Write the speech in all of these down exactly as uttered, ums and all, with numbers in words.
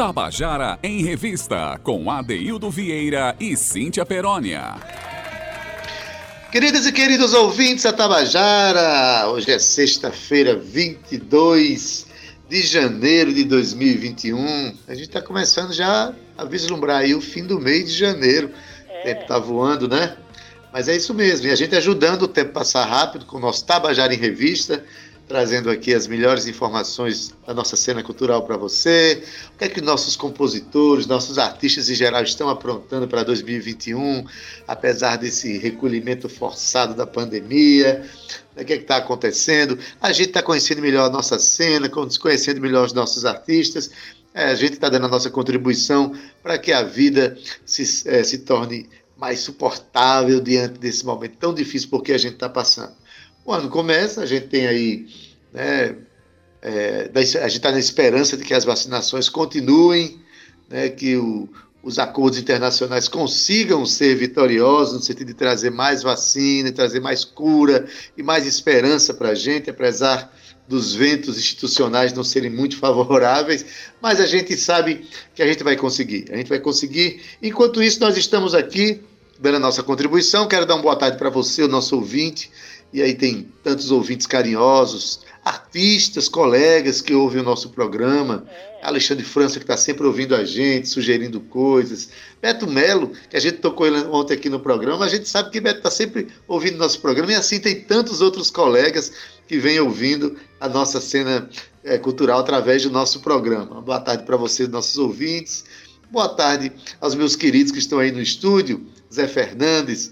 Tabajara em Revista, com Adeildo Vieira e Cíntia Perônia. Queridas e queridos ouvintes da Tabajara, hoje é sexta-feira, vinte e dois de janeiro de dois mil e vinte e um. A gente está começando já a vislumbrar aí o fim do mês de janeiro. É. O tempo está voando, né? Mas é isso mesmo, e a gente ajudando o tempo a passar rápido com o nosso Tabajara em Revista, trazendo aqui as melhores informações da nossa cena cultural para você, o que é que nossos compositores, nossos artistas em geral estão aprontando para dois mil e vinte e um, apesar desse recolhimento forçado da pandemia, o que é que está acontecendo. A gente está conhecendo melhor a nossa cena, conhecendo melhor os nossos artistas, é, a gente está dando a nossa contribuição para que a vida se, é, se torne mais suportável diante desse momento tão difícil porque a gente está passando. O ano começa, a gente tem aí, né, é, a gente está na esperança de que as vacinações continuem, né, que o, os acordos internacionais consigam ser vitoriosos no sentido de trazer mais vacina, trazer mais cura e mais esperança para a gente, apesar dos ventos institucionais não serem muito favoráveis, mas a gente sabe que a gente vai conseguir, a gente vai conseguir. Enquanto isso, nós estamos aqui dando a nossa contribuição. Quero dar uma boa tarde para você, o nosso ouvinte. E aí tem tantos ouvintes carinhosos, artistas, colegas que ouvem o nosso programa. Alexandre França, que está sempre ouvindo a gente, sugerindo coisas. Beto Melo, que a gente tocou ele ontem aqui no programa. A gente sabe que Beto está sempre ouvindo nosso programa. E assim tem tantos outros colegas que vêm ouvindo a nossa cena é, cultural através do nosso programa. Uma boa tarde para vocês, nossos ouvintes. Boa tarde aos meus queridos que estão aí no estúdio. Zé Fernandes,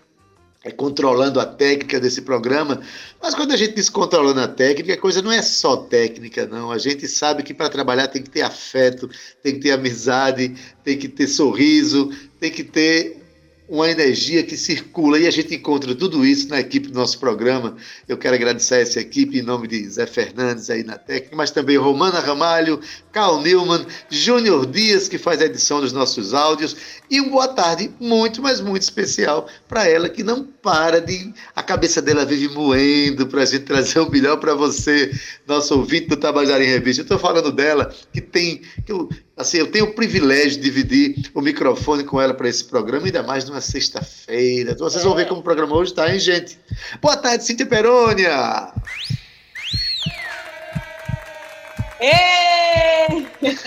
É, controlando a técnica desse programa. Mas quando a gente diz controlando a técnica, a coisa não é só técnica, não. A gente sabe que para trabalhar tem que ter afeto, tem que ter amizade, tem que ter sorriso, tem que ter uma energia que circula, e a gente encontra tudo isso na equipe do nosso programa. Eu quero agradecer a essa equipe em nome de Zé Fernandes aí na técnica, mas também Romana Ramalho, Carl Newman, Júnior Dias, que faz a edição dos nossos áudios, e uma boa tarde muito, mas muito especial para ela, que não para de... A cabeça dela vive moendo para a gente trazer o melhor para você, nosso ouvinte do Tabajara em Revista. Eu estou falando dela, que tem... Que eu, assim, eu tenho o privilégio de dividir o microfone com ela para esse programa, ainda mais numa sexta-feira. Então vocês vão ver como o programa hoje está, hein, gente? Boa tarde, Cíntia Perônia! Ei!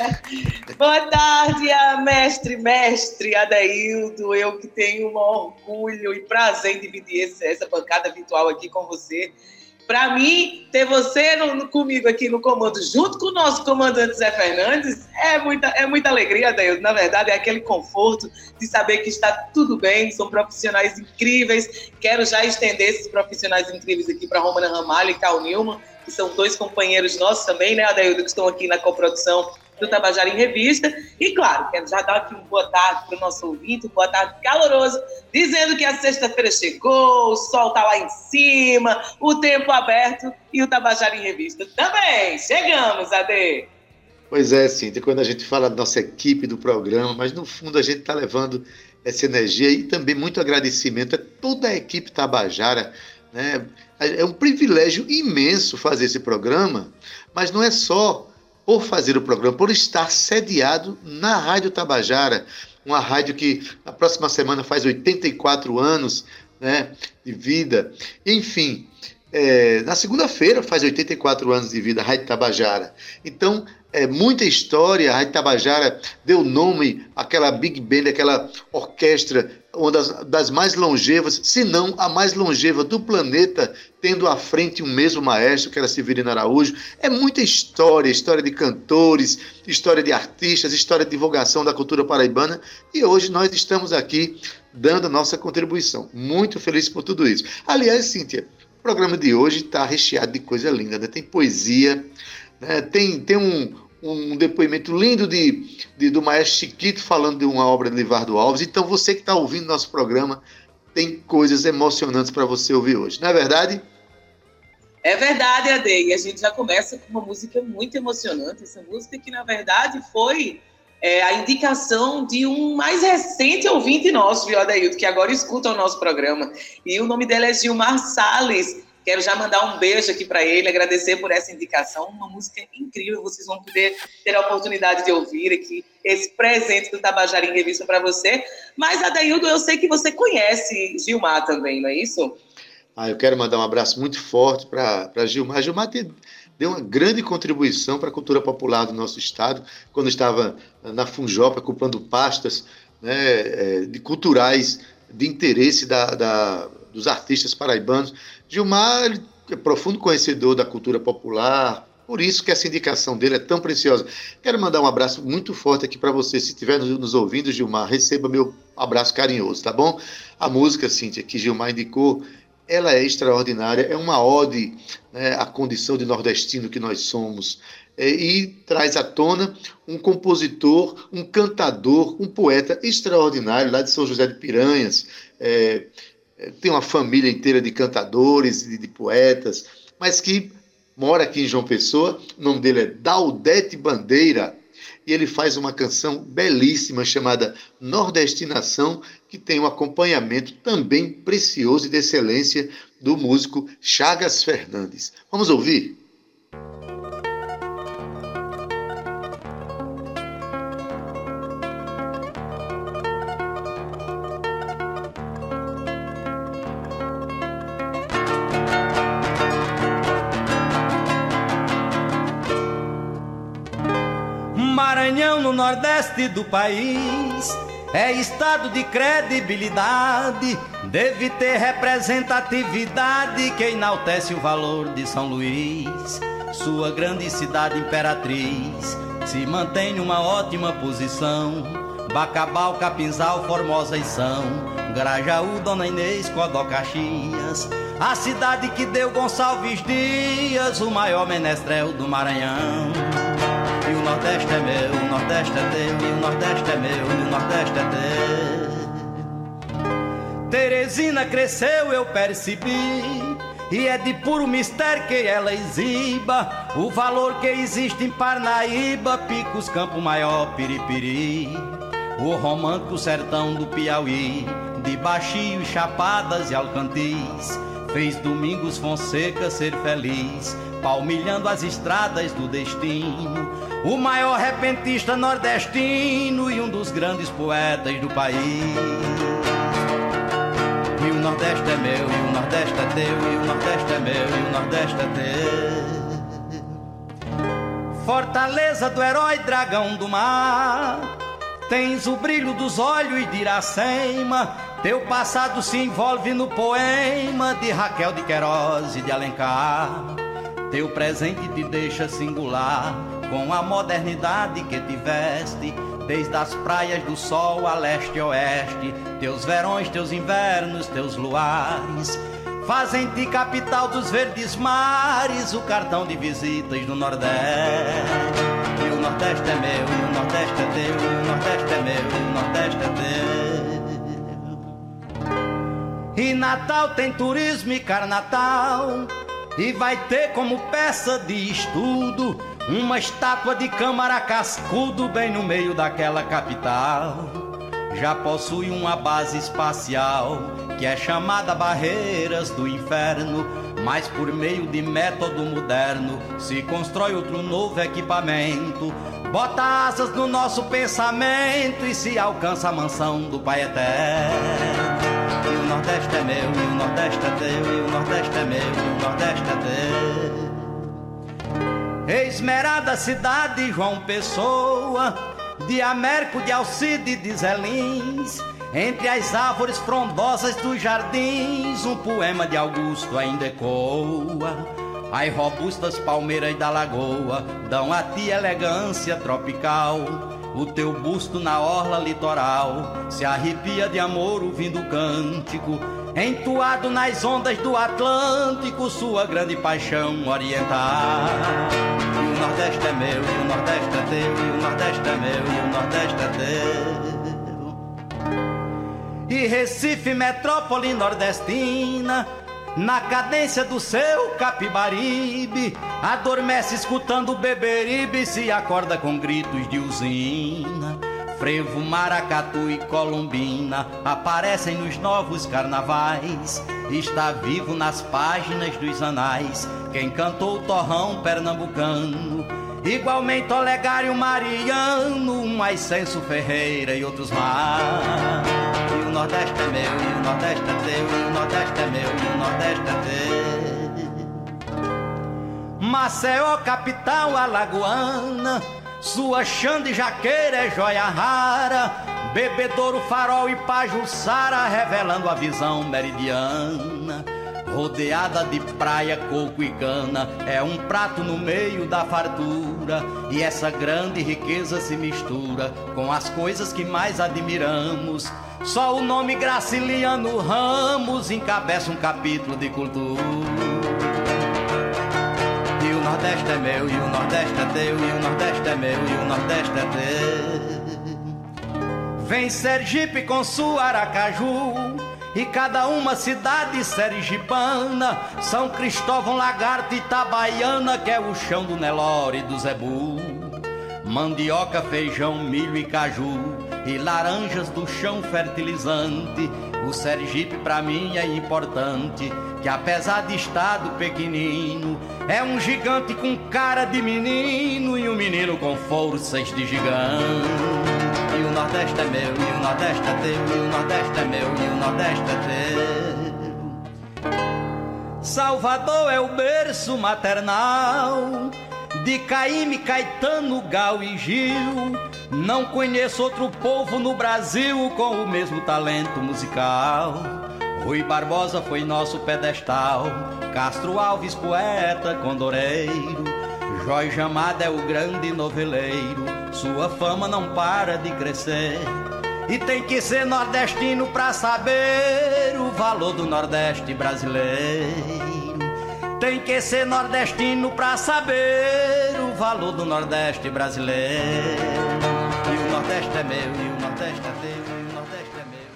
Boa tarde, a mestre, mestre Adeildo. Eu que tenho um orgulho e prazer em dividir esse, essa bancada virtual aqui com você. Para mim, ter você no, no, comigo aqui no comando, junto com o nosso comandante Zé Fernandes, é muita, é muita alegria, Adeildo. Na verdade, é aquele conforto de saber que está tudo bem, são profissionais incríveis. Quero já estender esses profissionais incríveis aqui para Romana Ramalho e Carl Newman, que são dois companheiros nossos também, né, Adeildo, que estão aqui na coprodução do Tabajara em Revista. E, claro, quero já dar aqui uma boa tarde para o nosso ouvinte, boa tarde caloroso, dizendo que a sexta-feira chegou, o sol está lá em cima, o tempo aberto e o Tabajara em Revista também. Chegamos, Ade! Pois é, Cíntia, quando a gente fala da nossa equipe do programa, mas no fundo a gente está levando essa energia e também muito agradecimento a toda a equipe Tabajara, né? É um privilégio imenso fazer esse programa, mas não é só por fazer o programa, por estar sediado na Rádio Tabajara, uma rádio que na próxima semana faz oitenta e quatro anos, né, de vida. Enfim, é, na segunda-feira faz oitenta e quatro anos de vida a Rádio Tabajara. Então, é muita história. A Rádio Tabajara deu nome àquela Big Band, aquela orquestra, uma das, das mais longevas, se não a mais longeva do planeta, tendo à frente um mesmo maestro, que era Severino Araújo. É muita história, história de cantores, história de artistas, história de divulgação da cultura paraibana, e hoje nós estamos aqui dando a nossa contribuição. Muito feliz por tudo isso. Aliás, Cíntia, o programa de hoje está recheado de coisa linda, né? Tem poesia, né? tem, tem um... um depoimento lindo de, de, do maestro Chiquito falando de uma obra de Livardo Alves. Então você que está ouvindo nosso programa tem coisas emocionantes para você ouvir hoje, não é verdade? É verdade, Ade, e a gente já começa com uma música muito emocionante, essa música que na verdade foi é, a indicação de um mais recente ouvinte nosso, viu, Adeildo, que agora escuta o nosso programa, e o nome dela é Gilmar Salles, Quero já mandar um beijo aqui para ele, agradecer por essa indicação, uma música incrível, vocês vão poder ter a oportunidade de ouvir aqui esse presente do Tabajara em Revista para você. Mas, Adaildo, eu sei que você conhece Gilmar também, não é isso? Ah, eu quero mandar um abraço muito forte para Gilmar. Gilmar tem, deu uma grande contribuição para a cultura popular do nosso estado, quando estava na Funjopa, ocupando pastas, né, de culturais de interesse da, da, dos artistas paraibanos. Gilmar ele é profundo conhecedor da cultura popular, por isso que essa indicação dele é tão preciosa. Quero mandar um abraço muito forte aqui para você. Se estiver nos ouvindo, Gilmar, receba meu abraço carinhoso, tá bom? A música, Cíntia, que Gilmar indicou, ela é extraordinária, é uma ode, né, à condição de nordestino que nós somos, é, e traz à tona um compositor, um cantador, um poeta extraordinário, lá de São José de Piranhas. É, é, tem uma família inteira de cantadores e de, de poetas, mas que mora aqui em João Pessoa. O nome dele é Daudete Bandeira, e ele faz uma canção belíssima chamada Nordestinação, que tem um acompanhamento também precioso e de excelência do músico Chagas Fernandes. Vamos ouvir? Maranhão, no nordeste do país, é estado de credibilidade, deve ter representatividade que enaltece o valor de São Luís. Sua grande cidade imperatriz se mantém numa ótima posição. Bacabal, Capinzal, Formosas são Grajaú, Dona Inês, Codó, Caxias, a cidade que deu Gonçalves Dias, o maior menestrel do Maranhão. E o Nordeste é meu, o Nordeste é teu, e o Nordeste é meu, e o Nordeste é teu. Teresina cresceu, eu percebi, e é de puro mistério que ela exiba o valor que existe em Parnaíba, Picos, Campo Maior, Piripiri, o romântico sertão do Piauí, de Baixio, Chapadas e Alcantis, fez Domingos Fonseca ser feliz, palmilhando as estradas do destino, o maior repentista nordestino e um dos grandes poetas do país. E o Nordeste é meu, e o Nordeste é teu, e o Nordeste é meu, e o Nordeste é teu. Fortaleza do herói dragão do mar, tens o brilho dos olhos de Iracema, teu passado se envolve no poema de Raquel de Queiroz e de Alencar. Teu presente te deixa singular, com a modernidade que tiveste, desde as praias do sol a leste e oeste. Teus verões, teus invernos, teus luares fazem-te capital dos verdes mares, o cartão de visitas do Nordeste. E o Nordeste é meu, e o Nordeste é teu, e o Nordeste é meu, e o Nordeste é teu. E Natal tem turismo e Carnatal, e vai ter como peça de estudo uma estátua de Câmara Cascudo bem no meio daquela capital. Já possui uma base espacial que é chamada Barreiras do Inferno, mas por meio de método moderno se constrói outro novo equipamento, bota asas no nosso pensamento e se alcança a mansão do Pai Eterno. E o Nordeste é meu, e o Nordeste é teu, e o Nordeste é meu, e o Nordeste é teu. Esmerada cidade João Pessoa, de Américo, de Alcide, de Zelins, entre as árvores frondosas dos jardins, um poema de Augusto ainda ecoa. As robustas palmeiras da lagoa dão a ti elegância tropical. O teu busto na orla litoral se arrepia de amor ouvindo o cântico, entoado nas ondas do Atlântico, sua grande paixão oriental. E o Nordeste é meu, e o Nordeste é teu, e o Nordeste é meu, e o Nordeste é teu. E Recife, metrópole nordestina, na cadência do seu Capibaribe, adormece escutando o Beberibe, se acorda com gritos de usina. frevo, maracatu e colombina aparecem nos novos carnavais. Está vivo nas páginas dos anais quem cantou o torrão pernambucano. Igualmente Olegário Mariano, mais Censo Ferreira e outros mais. E o Nordeste é meu, e o Nordeste é teu, e o Nordeste é meu, e o Nordeste é teu. Maceió, capital alagoana, sua Xande Jaqueira é joia rara. Bebedouro, Farol e Pajuçara, revelando a visão meridiana. Rodeada de praia, coco e cana, é um prato no meio da fartura. E essa grande riqueza se mistura com as coisas que mais admiramos. Só o nome Graciliano Ramos encabeça um capítulo de cultura. E o Nordeste é meu, e o Nordeste é teu, e o Nordeste é meu, e o Nordeste é teu. Vem Sergipe com sua Aracaju e cada uma cidade sergipana, São Cristóvão, Lagarto e Itabaiana, que é o chão do Nelore e do Zebu. Mandioca, feijão, milho e caju, e laranjas do chão fertilizante. O Sergipe pra mim é importante, que apesar de estado pequenino, é um gigante com cara de menino e um menino com forças de gigante. E o Nordeste é meu, e o Nordeste é teu, e o Nordeste é meu, e o Nordeste é teu. Salvador é o berço maternal de Caíme, Caetano, Gal e Gil. Não conheço outro povo no Brasil com o mesmo talento musical. Rui Barbosa foi nosso pedestal, Castro Alves, poeta condoreiro. Jorge Amado é o grande noveleiro, sua fama não para de crescer. E tem que ser nordestino pra saber o valor do Nordeste brasileiro. Tem que ser nordestino pra saber o valor do Nordeste brasileiro. E o Nordeste é meu, e o Nordeste é teu, e o Nordeste é meu.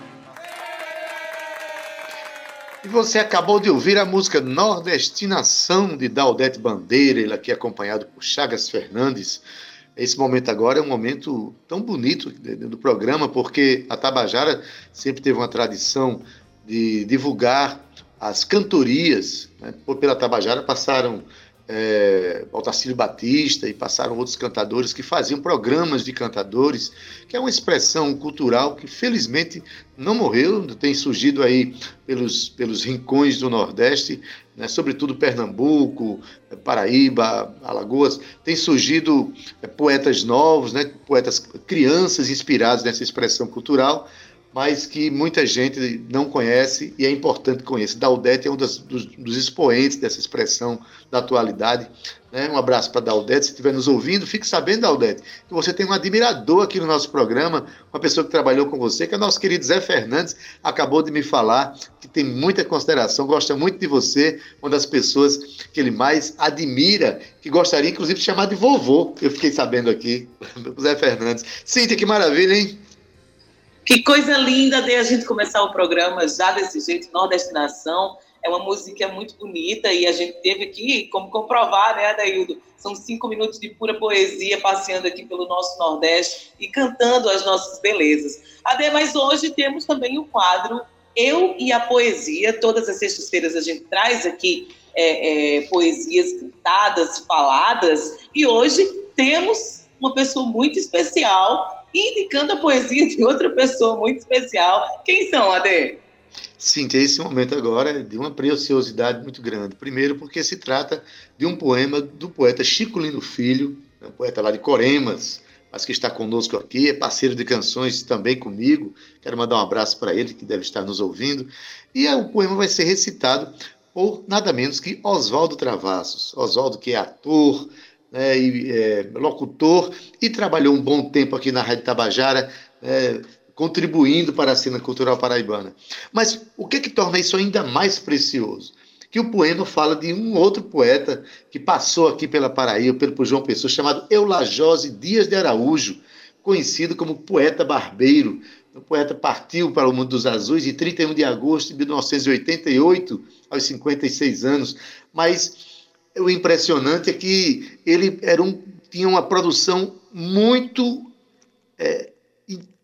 E você acabou de ouvir a música Nordestinação de Daudete Bandeira, ele aqui acompanhado por Chagas Fernandes. Esse momento agora é um momento tão bonito do programa, porque a Tabajara sempre teve uma tradição de divulgar as cantorias, né? Pela Tabajara passaram é, Otacílio Batista e passaram outros cantadores que faziam programas de cantadores, que é uma expressão cultural que felizmente não morreu, tem surgido aí pelos, pelos rincões do Nordeste, né? Sobretudo Pernambuco, Paraíba, Alagoas, tem surgido é, poetas novos, né? Poetas, crianças inspirados nessa expressão cultural, mas que muita gente não conhece e é importante que conheça. Daudete é um dos, dos, dos expoentes dessa expressão da atualidade. Né? Um abraço para Daudete, se estiver nos ouvindo, fique sabendo, Daudete, que você tem um admirador aqui no nosso programa, uma pessoa que trabalhou com você, que é o nosso querido Zé Fernandes, acabou de me falar, que tem muita consideração, gosta muito de você, uma das pessoas que ele mais admira, que gostaria, inclusive, de chamar de vovô, eu fiquei sabendo aqui, Zé Fernandes. Cíntia, que maravilha, hein? Que coisa linda de a gente começar o programa já desse jeito, Nordestinação. É uma música muito bonita e a gente teve aqui como comprovar, né, Adaildo? São cinco minutos de pura poesia passeando aqui pelo nosso Nordeste e cantando as nossas belezas. Ade, mas hoje temos também o quadro Eu e a Poesia. Todas as sextas-feiras a gente traz aqui é, é, poesias cantadas, faladas, e hoje temos uma pessoa muito especial indicando a poesia de outra pessoa muito especial. Quem são, Ade? Sim, tem esse momento agora de uma preciosidade muito grande. Primeiro porque se trata de um poema do poeta Chico Lino Filho, um poeta lá de Coremas, mas que está conosco aqui, é parceiro de canções também comigo. Quero mandar um abraço para ele, que deve estar nos ouvindo. E o poema vai ser recitado por nada menos que Oswaldo Travassos. Oswaldo, que é ator, né, e, é, locutor, e trabalhou um bom tempo aqui na Rádio Tabajara, é, contribuindo para a cena cultural paraibana. Mas o que, que torna isso ainda mais precioso? Que o poema fala de um outro poeta que passou aqui pela Paraíba, pelo João Pessoa, chamado Eulajose Dias de Araújo, conhecido como poeta barbeiro. O poeta partiu para o mundo dos azuis em trinta e um de agosto de mil novecentos e oitenta e oito, aos cinquenta e seis anos, mas o impressionante é que ele era um, tinha uma produção muito é,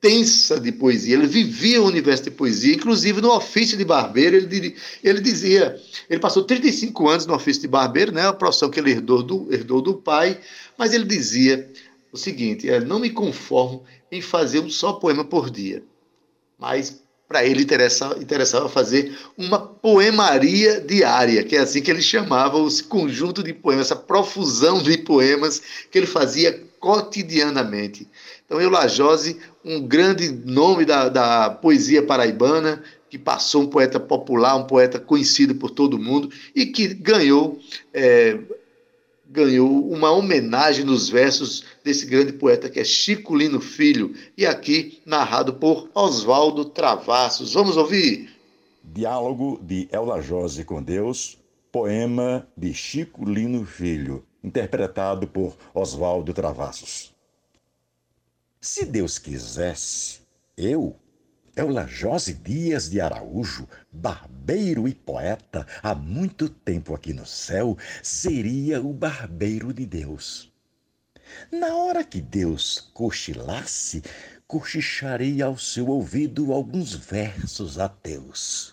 intensa de poesia, ele vivia o universo de poesia, inclusive no ofício de barbeiro, ele, ele dizia, ele passou trinta e cinco anos no ofício de barbeiro, né, a profissão que ele herdou do, herdou do pai, mas ele dizia o seguinte, é, não me conformo em fazer um só poema por dia, mas para ele interessava, interessava fazer uma poemaria diária, que é assim que ele chamava esse conjunto de poemas, essa profusão de poemas que ele fazia cotidianamente. Então, Eulajose, um grande nome da, da poesia paraibana, que passou um poeta popular, um poeta conhecido por todo mundo e que ganhou, é, ganhou uma homenagem nos versos desse grande poeta que é Chico Lino Filho, e aqui narrado por Oswaldo Travassos. Vamos ouvir? Diálogo de Eulajose com Deus, poema de Chico Lino Filho, interpretado por Oswaldo Travassos. Se Deus quisesse, eu, Eulajose Dias de Araújo, barbeiro e poeta, há muito tempo aqui no céu, seria o barbeiro de Deus. Na hora que Deus cochilasse, cochicharei ao seu ouvido alguns versos ateus.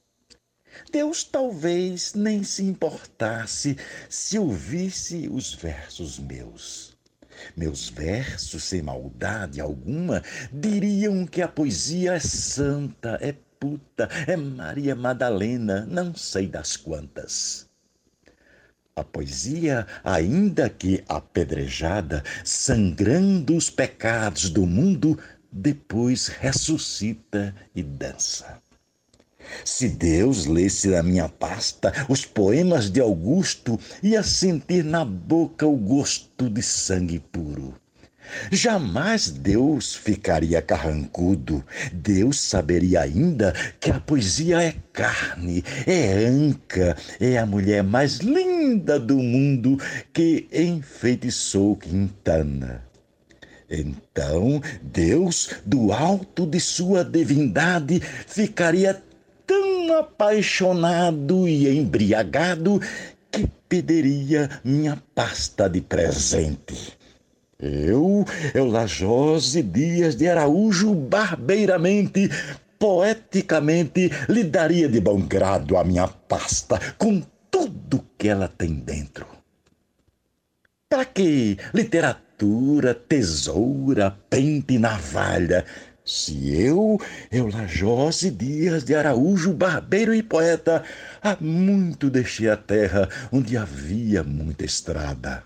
Deus talvez nem se importasse se ouvisse os versos meus. Meus versos, sem maldade alguma, diriam que a poesia é santa, é puta, é Maria Madalena, não sei das quantas. A poesia, ainda que apedrejada, sangrando os pecados do mundo, depois ressuscita e dança. Se Deus lesse na minha pasta os poemas de Augusto, ia sentir na boca o gosto de sangue puro. Jamais Deus ficaria carrancudo. Deus saberia ainda que a poesia é carne, é anca, é a mulher mais linda do mundo que enfeitiçou Quintana. Então Deus, do alto de sua divindade, ficaria tão apaixonado e embriagado que pediria minha pasta de presente. Eu, Eulajose Dias de Araújo, barbeiramente, poeticamente, lhe daria de bom grado a minha pasta, com tudo que ela tem dentro. Para que literatura, tesoura, pente e navalha, se eu, Eulajose Dias de Araújo, barbeiro e poeta, há muito deixei a terra onde havia muita estrada.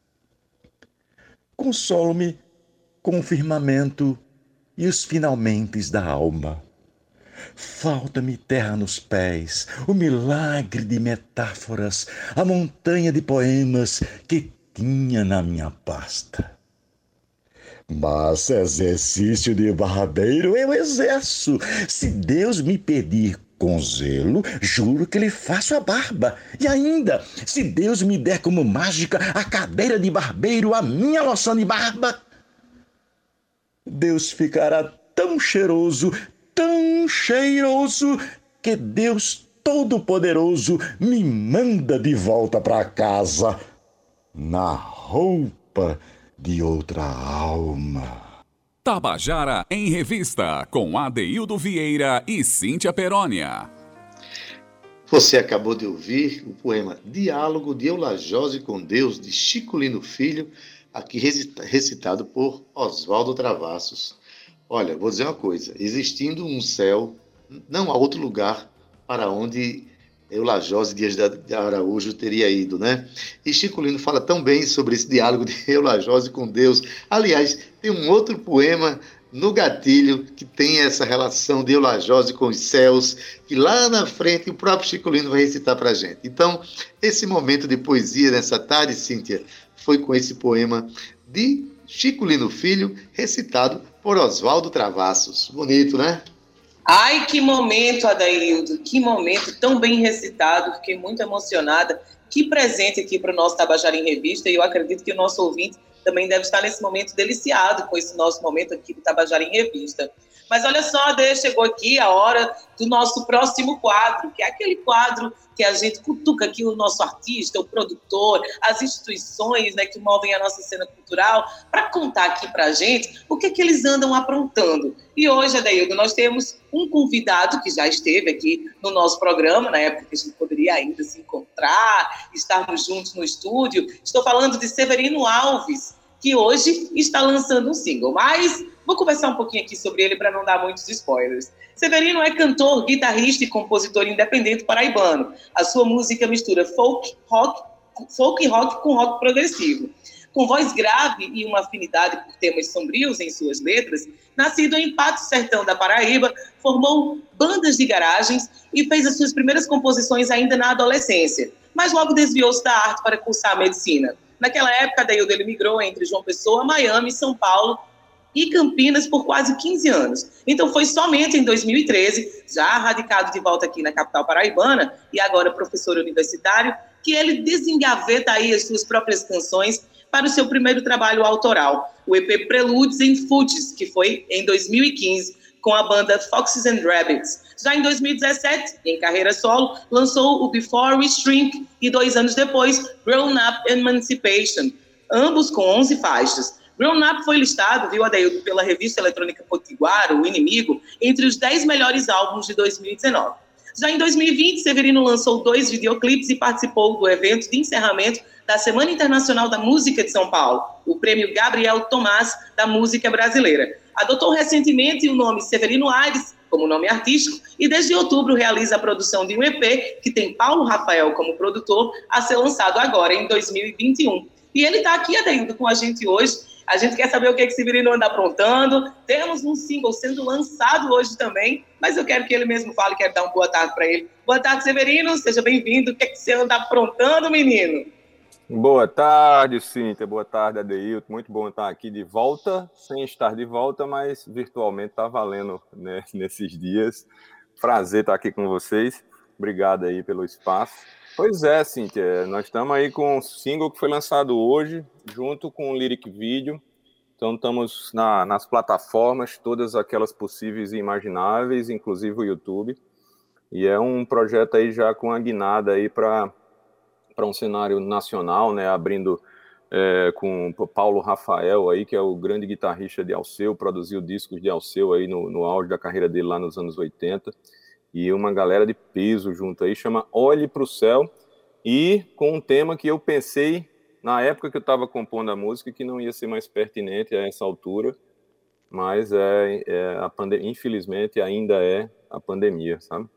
Consolo-me com o firmamento e os finalmentes da alma. Falta-me terra nos pés, o milagre de metáforas, a montanha de poemas que tinha na minha pasta. Mas exercício de barbeiro eu exerço. Se Deus me pedir com zelo, juro que lhe faço a barba. E ainda, se Deus me der como mágica a cadeira de barbeiro, a minha loção de barba, Deus ficará tão cheiroso, tão cheiroso, que Deus Todo-Poderoso me manda de volta para casa, na roupa de outra alma. Tabajara em Revista, com Adeildo Vieira e Cíntia Perônia. Você acabou de ouvir o poema Diálogo de Eulajose com Deus, de Chico Lino Filho, aqui recitado por Oswaldo Travassos. Olha, vou dizer uma coisa, existindo um céu, não há outro lugar para onde Eulajose Dias de Araújo teria ido, né? E Chico Lino fala tão bem sobre esse diálogo de Eulajose com Deus. Aliás, tem um outro poema no gatilho que tem essa relação de Eulajose com os céus, que lá na frente o próprio Chico Lino vai recitar para a gente. Então, esse momento de poesia nessa tarde, Cíntia, foi com esse poema de Chico Lino Filho, recitado por Oswaldo Travassos. Bonito, né? Ai, que momento, Adeildo, que momento tão bem recitado, fiquei muito emocionada. Que presente aqui para o nosso Tabajara em Revista, e eu acredito que o nosso ouvinte também deve estar nesse momento deliciado com esse nosso momento aqui do Tabajara em Revista. Mas olha só, Ade, chegou aqui a hora do nosso próximo quadro, que é aquele quadro que a gente cutuca aqui o nosso artista, o produtor, as instituições, né, que movem a nossa cena cultural, para contar aqui para a gente o que é que eles andam aprontando. E hoje, Adeildo, nós temos um convidado que já esteve aqui no nosso programa, na época que a gente poderia ainda se encontrar, estarmos juntos no estúdio. Estou falando de Severino Alves, que hoje está lançando um single, mas vou conversar um pouquinho aqui sobre ele para não dar muitos spoilers. Severino é cantor, guitarrista e compositor independente paraibano. A sua música mistura folk, rock, folk rock com rock progressivo. Com voz grave e uma afinidade por temas sombrios em suas letras, nascido em Pato Sertão da Paraíba, formou bandas de garagens e fez as suas primeiras composições ainda na adolescência, mas logo desviou-se da arte para cursar medicina. Naquela época, Adeildo, ele migrou entre João Pessoa, Miami, São Paulo e Campinas por quase quinze anos. Então foi somente em dois mil e treze, já radicado de volta aqui na capital paraibana e agora professor universitário, que ele desengaveta aí as suas próprias canções para o seu primeiro trabalho autoral, o E P Preludes and Fugees, que foi em dois mil e quinze, com a banda Foxes and Rabbits. Já em dois mil e dezessete, em carreira solo, lançou o Before We Shrink e dois anos depois, Grown Up Emancipation, ambos com onze faixas. Grown Up foi listado, viu, Adeildo, pela revista eletrônica Potiguar, O Inimigo, entre os dez melhores álbuns de dois mil e dezenove. Já em dois mil e vinte, Severino lançou dois videoclipes e participou do evento de encerramento da Semana Internacional da Música de São Paulo, o Prêmio Gabriel Tomás da Música Brasileira. Adotou recentemente o nome Severino Aires como nome artístico e desde outubro realiza a produção de um E P que tem Paulo Rafael como produtor, a ser lançado agora em dois mil e vinte e um. E ele está aqui, Adeildo, com a gente hoje. A gente quer saber o que, é que Severino anda aprontando. Temos um single sendo lançado hoje também, mas eu quero que ele mesmo fale, quero dar uma boa tarde para ele. Boa tarde, Severino, seja bem-vindo. O que, é que você anda aprontando, menino? Boa tarde, Cíntia. Boa tarde, Adeildo. Muito bom estar aqui de volta, sem estar de volta, mas virtualmente está valendo, né, nesses dias. Prazer estar aqui com vocês. Obrigado aí pelo espaço. Pois é, Cíntia, nós estamos aí com um single que foi lançado hoje, junto com o lyric video. Então estamos na, nas plataformas, todas aquelas possíveis e imagináveis, inclusive o YouTube. E é um projeto aí já com a guinada aí para para um cenário nacional, né, abrindo é, com o Paulo Rafael, aí, que é o grande guitarrista de Alceu, produziu discos de Alceu aí no, no auge da carreira dele lá nos anos oitenta, e uma galera de peso junto aí, chama Olhe para o Céu, e com um tema que eu pensei, na época que eu estava compondo a música, que não ia ser mais pertinente a essa altura, mas é, é a pande- infelizmente ainda é a pandemia, sabe?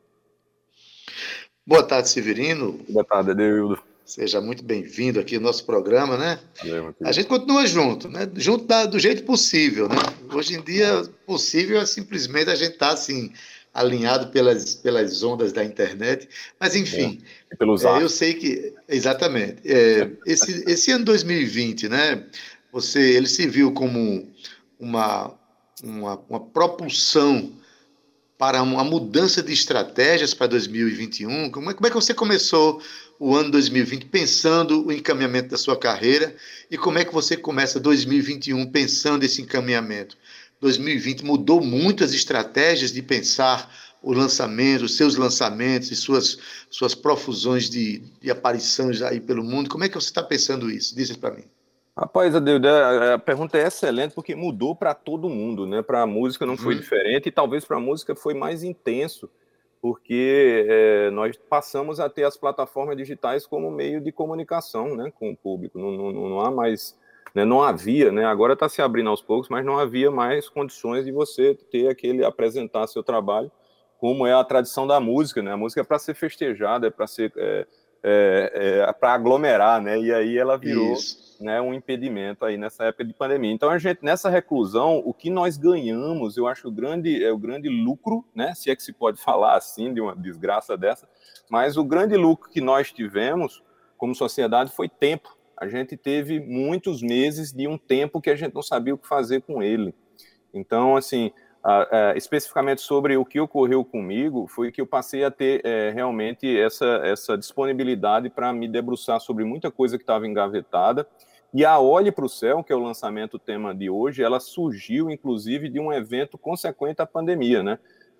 Boa tarde, Severino. Boa tarde, Adeildo. Seja muito bem-vindo aqui no nosso programa, né? Valeu, a gente continua junto, né? Junto da, do jeito possível, né? Hoje em dia, possível é simplesmente a gente estar tá, assim, alinhado pelas, pelas ondas da internet. Mas, enfim, é, pelos é, eu sei que... Exatamente. É, esse, esse ano dois mil e vinte, né? Você, ele se viu como uma, uma, uma propulsão para uma mudança de estratégias para dois mil e vinte e um. Como é, como é que você começou o ano dois mil e vinte pensando o encaminhamento da sua carreira e como é que você começa dois mil e vinte e um pensando esse encaminhamento? dois mil e vinte mudou muito as estratégias de pensar o lançamento, os seus lançamentos e suas, suas profusões de, de aparições aí pelo mundo. Como é que você está pensando isso? Diz isso para mim. Rapaz, Adeildo, a pergunta é excelente porque mudou para todo mundo, né? Para a música não foi uhum. diferente e talvez para a música foi mais intenso, porque é, nós passamos a ter as plataformas digitais como meio de comunicação, né, com o público. Não, não, não há mais, né, não havia, né? Agora está se abrindo aos poucos, mas não havia mais condições de você ter aquele apresentar seu trabalho, como é a tradição da música, né? A música é para ser festejada, é para ser é, é, é para aglomerar, né? E aí ela virou Isso. né, um impedimento aí nessa época de pandemia. Então, a gente, nessa reclusão, o que nós ganhamos, eu acho o grande, é o grande lucro, né, se é que se pode falar assim, de uma desgraça dessa, mas o grande lucro que nós tivemos como sociedade foi tempo. A gente teve muitos meses de um tempo que a gente não sabia o que fazer com ele. Então, assim, uh, uh, especificamente sobre o que ocorreu comigo, foi que eu passei a ter uh, realmente essa, essa disponibilidade para me debruçar sobre muita coisa que estava engavetada. E a Olhe para o Céu, que é o lançamento tema de hoje, ela surgiu, inclusive, de um evento consequente à pandemia, né?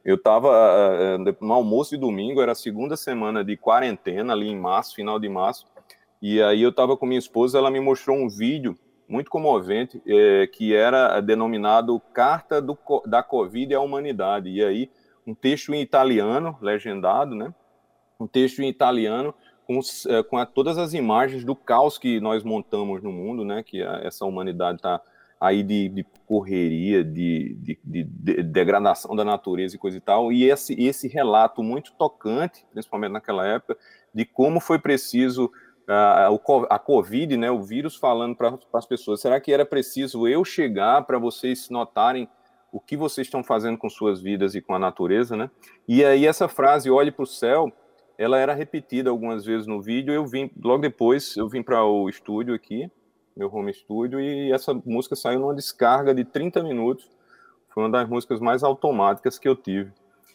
Eu estava uh, no almoço de domingo, era a segunda semana de quarentena, ali em março, final de março, e aí eu estava com minha esposa, ela me mostrou um vídeo muito comovente, eh, que era denominado Carta do, da Covid à Humanidade, e aí um texto em italiano, legendado, né? Um texto em italiano com, uh, com a, todas as imagens do caos que nós montamos no mundo, né? Que a, essa humanidade está aí de, de correria, de, de, de, de degradação da natureza e coisa e tal, e esse, esse relato muito tocante, principalmente naquela época, de como foi preciso uh, a Covid, né, o vírus falando para as pessoas, será que era preciso eu chegar para vocês notarem o que vocês estão fazendo com suas vidas e com a natureza, né? E aí essa frase, olhe para o céu, ela era repetida algumas vezes no vídeo, eu vim, logo depois, eu vim para o estúdio aqui, meu home studio, e essa música saiu numa descarga de trinta minutos, foi uma das músicas mais automáticas que eu tive.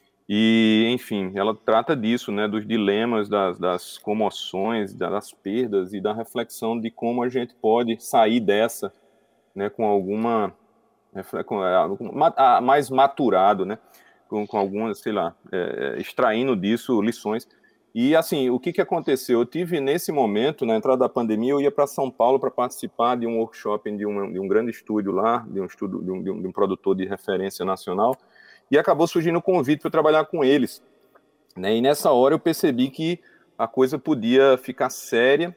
E, enfim, ela trata disso, né, dos dilemas, das, das comoções, das perdas e da reflexão de como a gente pode sair dessa, né, com alguma, com, mais maturado, né, com, com alguma, sei lá, é, extraindo disso lições. E, assim, o que, que aconteceu? Eu tive, nesse momento, na entrada da pandemia, eu ia para São Paulo para participar de um workshop de um, de um grande estúdio lá, de um, estúdio, de, um, de, um, de um produtor de referência nacional, e acabou surgindo o convite para eu trabalhar com eles. Né? E nessa hora eu percebi que a coisa podia ficar séria,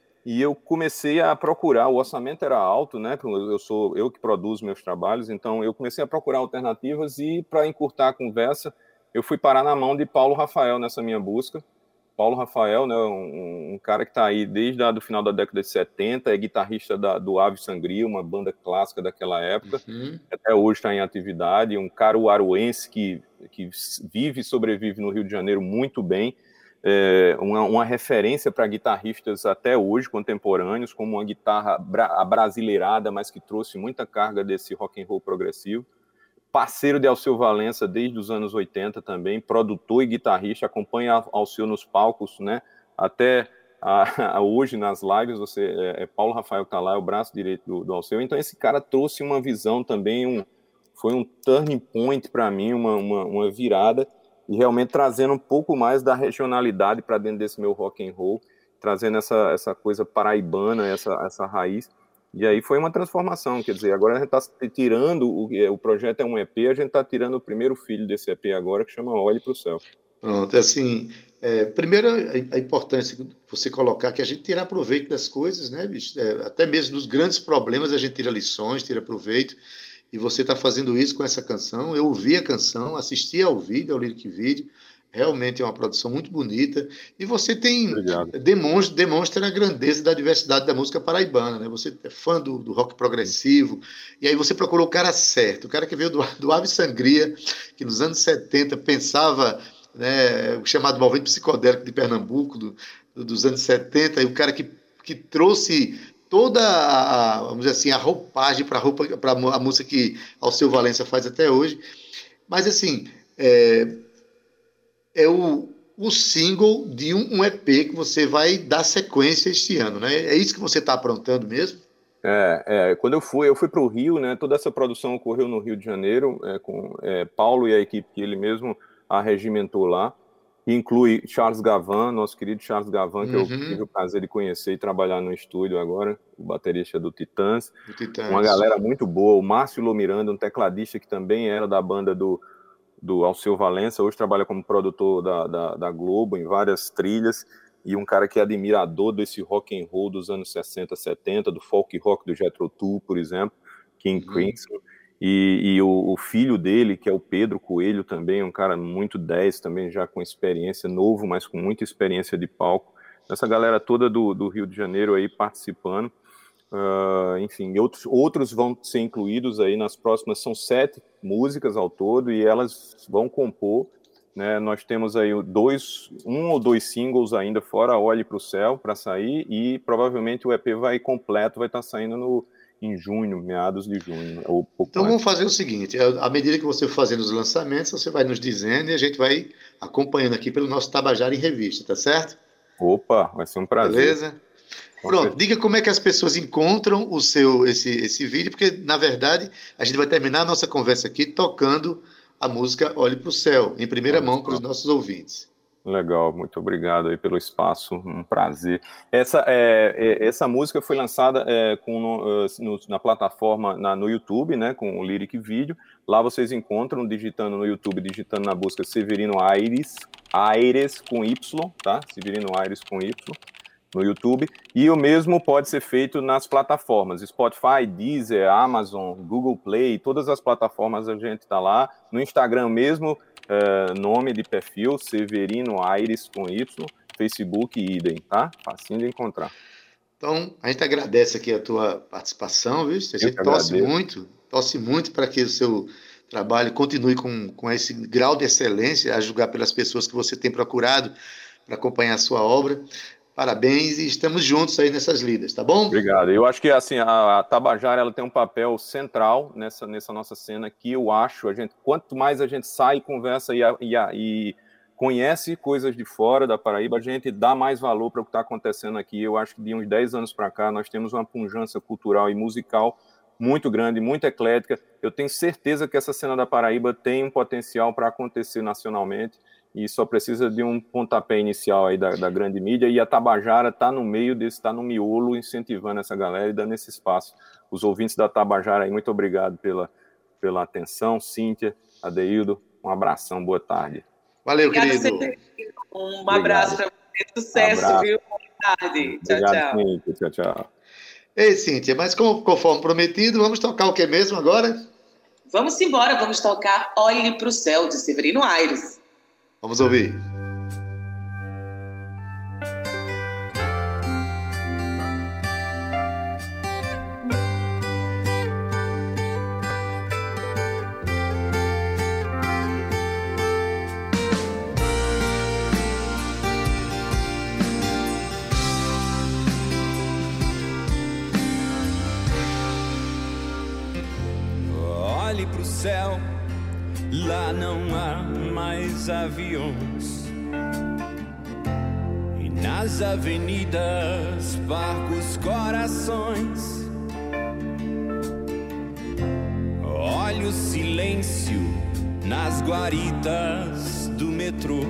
e eu comecei a procurar, o orçamento era alto, né? Eu sou eu que produzo meus trabalhos, então eu comecei a procurar alternativas, e para encurtar a conversa, eu fui parar na mão de Paulo Rafael nessa minha busca. Paulo Rafael, né, um, um cara que está aí desde o final da década de setenta, é guitarrista da, do Ave Sangria, uma banda clássica daquela época, uhum. Até hoje está em atividade, um caruaruense que, que vive e sobrevive no Rio de Janeiro muito bem, é, uma, uma referência para guitarristas até hoje, contemporâneos, como uma guitarra bra abrasileirada, mas que trouxe muita carga desse rock and roll progressivo. Parceiro de Alceu Valença desde os anos oitenta também, produtor e guitarrista, acompanha Alceu nos palcos, né? Até a, a hoje nas lives, você, é, é Paulo Rafael que está lá, é o braço direito do, do Alceu. Então esse cara trouxe uma visão também, um, foi um turning point para mim, uma, uma, uma virada, e realmente trazendo um pouco mais da regionalidade para dentro desse meu rock and roll, trazendo essa, essa coisa paraibana, essa, essa raiz. E aí foi uma transformação, quer dizer, agora a gente está tirando, o, o projeto é um E P, a gente está tirando o primeiro filho desse E P agora, que chama Olhe para o Céu. Pronto, assim, é, primeiro a importância de você colocar que a gente tira proveito das coisas, né, bicho? É, até mesmo dos grandes problemas a gente tira lições, tira proveito, e você está fazendo isso com essa canção. Eu ouvi a canção, assisti ao vídeo, ao lyric vídeo, realmente é uma produção muito bonita, e você tem demonstra, demonstra a grandeza da diversidade da música paraibana, né? Você é fã do, do rock progressivo, e aí você procurou o cara certo, o cara que veio do, do Ave Sangria, que nos anos setenta pensava, né, o chamado movimento psicodélico de Pernambuco, do, do, dos anos setenta, e o cara que, que trouxe toda a, vamos dizer assim, a roupagem para a música que Alceu Valença faz até hoje. Mas assim, é, é o, o single de um, um E P que você vai dar sequência este ano, né? É isso que você está aprontando mesmo? É, é, quando eu fui, eu fui para o Rio, né? Toda essa produção ocorreu no Rio de Janeiro, é, com é, Paulo e a equipe que ele mesmo arregimentou lá, que inclui Charles Gavan, nosso querido Charles Gavan, que uhum. eu tive o prazer de conhecer e trabalhar no estúdio agora, o baterista do Titãs, do Titãs. Uma galera muito boa, o Márcio Lomiranda, um tecladista que também era da banda do, do Alceu Valença, hoje trabalha como produtor da, da, da Globo em várias trilhas, e um cara que é admirador desse rock and roll dos anos sessenta, setenta, do folk rock do Jethro Tull, por exemplo, King uhum. Crimson. E, e o, o filho dele, que é o Pedro Coelho também, um cara muito dez também, já com experiência, novo, mas com muita experiência de palco. Essa galera toda do, do Rio de Janeiro aí participando. Uh, enfim, outros, outros vão ser incluídos aí nas próximas, são sete músicas ao todo, e elas vão compor, né? Nós temos aí dois, um ou dois singles ainda fora Olhe para o Céu para sair, e provavelmente o E P vai completo, vai estar saindo no em junho, meados de junho. Ou então vamos fazer o seguinte, à medida que você for fazendo os lançamentos, você vai nos dizendo e a gente vai acompanhando aqui pelo nosso Tabajara em Revista, tá certo? Opa, vai ser um prazer. Beleza? Pronto, diga como é que as pessoas encontram o seu, esse, esse vídeo, porque, na verdade, a gente vai terminar a nossa conversa aqui tocando a música Olhe para o Céu, em primeira mão para os nossos ouvintes. Legal, muito obrigado aí pelo espaço, um prazer. Essa, é, é, essa música foi lançada é, com, no, no, na plataforma, na, no YouTube, né, com o Lyric Video. Lá vocês encontram, digitando no YouTube, digitando na busca Severino Aires, Aires com Y, tá? Severino Aires com Y, no YouTube. E o mesmo pode ser feito nas plataformas, Spotify, Deezer, Amazon, Google Play, todas as plataformas a gente está lá. No Instagram mesmo, Uh, nome de perfil, Severino Aires com Y, Facebook idem, tá? Facinho de encontrar. Então, a gente agradece aqui a tua participação, viu? A gente torce muito, torce muito para que o seu trabalho continue com, com esse grau de excelência, a julgar pelas pessoas que você tem procurado para acompanhar a sua obra. Parabéns e estamos juntos aí nessas lidas, tá bom? Obrigado. Eu acho que assim, a, a Tabajara ela tem um papel central nessa, nessa nossa cena que eu acho, a gente, quanto mais a gente sai e conversa e, e, e conhece coisas de fora da Paraíba, a gente dá mais valor para o que está acontecendo aqui. Eu acho que de uns dez anos para cá nós temos uma pujança cultural e musical muito grande, muito eclética. Eu tenho certeza que essa cena da Paraíba tem um potencial para acontecer nacionalmente. E só precisa de um pontapé inicial aí da, da grande mídia, e a Tabajara está no meio desse, está no miolo, incentivando essa galera e dando esse espaço. Os ouvintes da Tabajara aí, muito obrigado pela, pela atenção. Cíntia, Adeildo, um abração, boa tarde. Valeu, querido. Um abraço para você, sucesso, abraço. Viu? Boa tarde. Tchau, obrigado, tchau. Cíntia. Tchau, tchau. Ei, Cíntia, mas como, conforme prometido, vamos tocar o que mesmo agora? Vamos embora, vamos tocar Olhe para o Céu, de Severino Aires. Vamos ouvir. Olhe pro céu, lá não há mais aviões, e nas avenidas barcos corações. Olhe o silêncio nas guaritas do metrô,